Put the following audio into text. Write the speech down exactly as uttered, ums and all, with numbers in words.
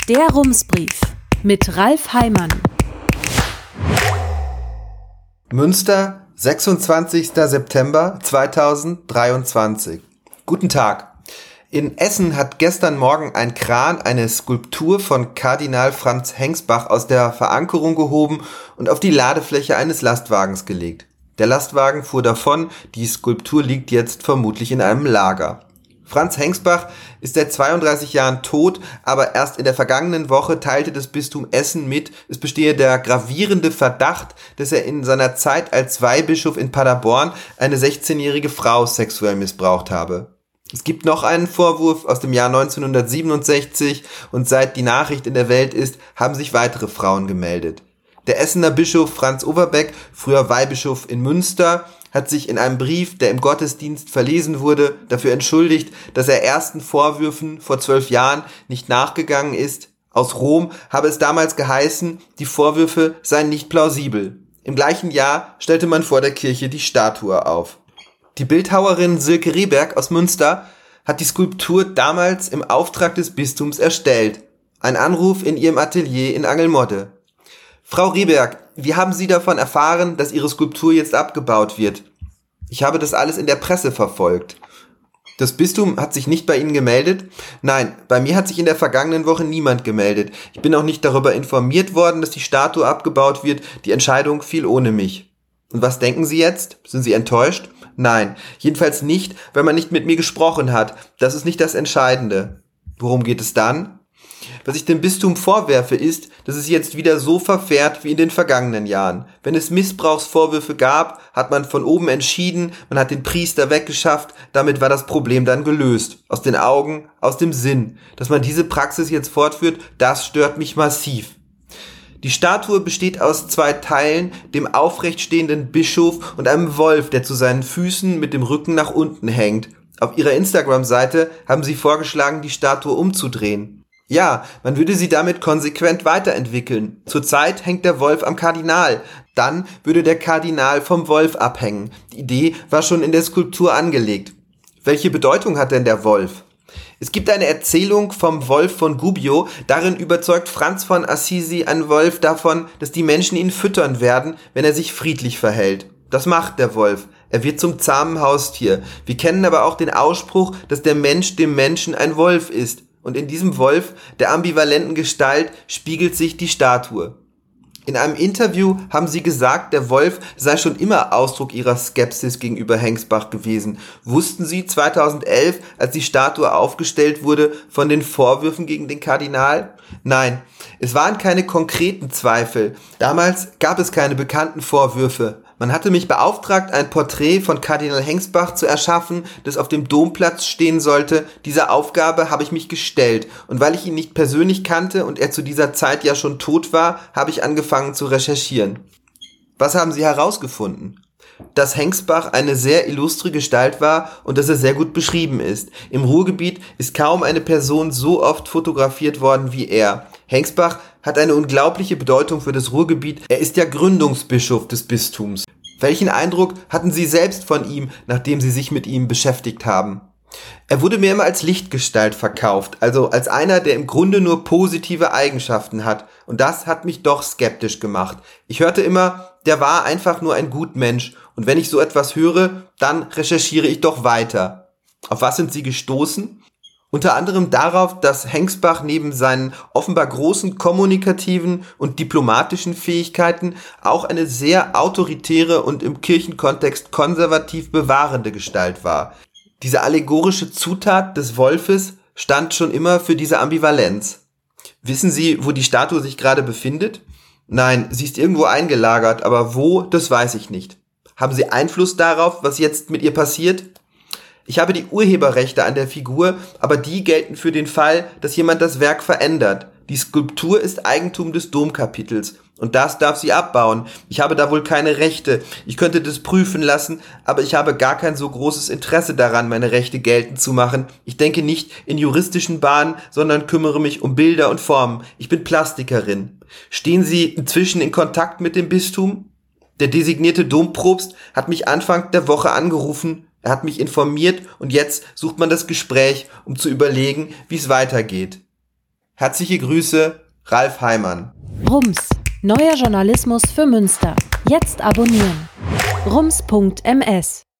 Der Rumsbrief mit Ralf Heimann. Münster, sechsundzwanzigster September zweitausenddreiundzwanzig. Guten Tag. In Essen hat gestern Morgen ein Kran eine Skulptur von Kardinal Franz Hengsbach aus der Verankerung gehoben und auf die Ladefläche eines Lastwagens gelegt. Der Lastwagen fuhr davon, die Skulptur liegt jetzt vermutlich in einem Lager. Franz Hengsbach ist seit zweiunddreißig Jahren tot, aber erst in der vergangenen Woche teilte das Bistum Essen mit, es bestehe der gravierende Verdacht, dass er in seiner Zeit als Weihbischof in Paderborn eine sechzehnjährige Frau sexuell missbraucht habe. Es gibt noch einen Vorwurf aus dem Jahr neunzehnhundertsiebenundsechzig und seit die Nachricht in der Welt ist, haben sich weitere Frauen gemeldet. Der Essener Bischof Franz Overbeck, früher Weihbischof in Münster, hat sich in einem Brief, der im Gottesdienst verlesen wurde, dafür entschuldigt, dass er ersten Vorwürfen vor zwölf Jahren nicht nachgegangen ist. Aus Rom habe es damals geheißen, die Vorwürfe seien nicht plausibel. Im gleichen Jahr stellte man vor der Kirche die Statue auf. Die Bildhauerin Silke Rehberg aus Münster hat die Skulptur damals im Auftrag des Bistums erstellt. Ein Anruf in ihrem Atelier in Angelmodde. Frau Rehberg, wie haben Sie davon erfahren, dass Ihre Skulptur jetzt abgebaut wird? Ich habe das alles in der Presse verfolgt. Das Bistum hat sich nicht bei Ihnen gemeldet? Nein, bei mir hat sich in der vergangenen Woche niemand gemeldet. Ich bin auch nicht darüber informiert worden, dass die Statue abgebaut wird. Die Entscheidung fiel ohne mich. Und was denken Sie jetzt? Sind Sie enttäuscht? Nein, jedenfalls nicht, weil man nicht mit mir gesprochen hat. Das ist nicht das Entscheidende. Worum geht es dann? Was ich dem Bistum vorwerfe ist, dass es jetzt wieder so verfährt wie in den vergangenen Jahren. Wenn es Missbrauchsvorwürfe gab, hat man von oben entschieden, man hat den Priester weggeschafft, damit war das Problem dann gelöst. Aus den Augen, aus dem Sinn. Dass man diese Praxis jetzt fortführt, das stört mich massiv. Die Statue besteht aus zwei Teilen, dem aufrecht stehenden Bischof und einem Wolf, der zu seinen Füßen mit dem Rücken nach unten hängt. Auf ihrer Instagram-Seite haben sie vorgeschlagen, die Statue umzudrehen. Ja, man würde sie damit konsequent weiterentwickeln. Zurzeit hängt der Wolf am Kardinal. Dann würde der Kardinal vom Wolf abhängen. Die Idee war schon in der Skulptur angelegt. Welche Bedeutung hat denn der Wolf? Es gibt eine Erzählung vom Wolf von Gubbio. Darin überzeugt Franz von Assisi einen Wolf davon, dass die Menschen ihn füttern werden, wenn er sich friedlich verhält. Das macht der Wolf. Er wird zum zahmen Haustier. Wir kennen aber auch den Ausspruch, dass der Mensch dem Menschen ein Wolf ist. Und in diesem Wolf, der ambivalenten Gestalt, spiegelt sich die Statue. In einem Interview haben sie gesagt, der Wolf sei schon immer Ausdruck ihrer Skepsis gegenüber Hengsbach gewesen. Wussten Sie zweitausendelf, als die Statue aufgestellt wurde, von den Vorwürfen gegen den Kardinal? Nein, es waren keine konkreten Zweifel. Damals gab es keine bekannten Vorwürfe. Man hatte mich beauftragt, ein Porträt von Kardinal Hengsbach zu erschaffen, das auf dem Domplatz stehen sollte. Dieser Aufgabe habe ich mich gestellt. Und weil ich ihn nicht persönlich kannte und er zu dieser Zeit ja schon tot war, habe ich angefangen zu recherchieren. Was haben Sie herausgefunden? Dass Hengsbach eine sehr illustre Gestalt war und dass er sehr gut beschrieben ist. Im Ruhrgebiet ist kaum eine Person so oft fotografiert worden wie er. Hengsbach hat eine unglaubliche Bedeutung für das Ruhrgebiet. Er ist ja Gründungsbischof des Bistums. Welchen Eindruck hatten Sie selbst von ihm, nachdem Sie sich mit ihm beschäftigt haben? Er wurde mir immer als Lichtgestalt verkauft, also als einer, der im Grunde nur positive Eigenschaften hat. Und das hat mich doch skeptisch gemacht. Ich hörte immer, der war einfach nur ein Gutmensch. Und wenn ich so etwas höre, dann recherchiere ich doch weiter. Auf was sind Sie gestoßen? Unter anderem darauf, dass Hengsbach neben seinen offenbar großen kommunikativen und diplomatischen Fähigkeiten auch eine sehr autoritäre und im Kirchenkontext konservativ bewahrende Gestalt war. Diese allegorische Zutat des Wolfes stand schon immer für diese Ambivalenz. Wissen Sie, wo die Statue sich gerade befindet? Nein, sie ist irgendwo eingelagert, aber wo, das weiß ich nicht. Haben Sie Einfluss darauf, was jetzt mit ihr passiert? Ich habe die Urheberrechte an der Figur, aber die gelten für den Fall, dass jemand das Werk verändert. Die Skulptur ist Eigentum des Domkapitels und das darf sie abbauen. Ich habe da wohl keine Rechte. Ich könnte das prüfen lassen, aber ich habe gar kein so großes Interesse daran, meine Rechte geltend zu machen. Ich denke nicht in juristischen Bahnen, sondern kümmere mich um Bilder und Formen. Ich bin Plastikerin. Stehen Sie inzwischen in Kontakt mit dem Bistum? Der designierte Dompropst hat mich Anfang der Woche angerufen. Er hat mich informiert und jetzt sucht man das Gespräch, um zu überlegen, wie es weitergeht. Herzliche Grüße, Ralf Heimann. Rums, neuer Journalismus für Münster. Jetzt abonnieren. rums punkt ms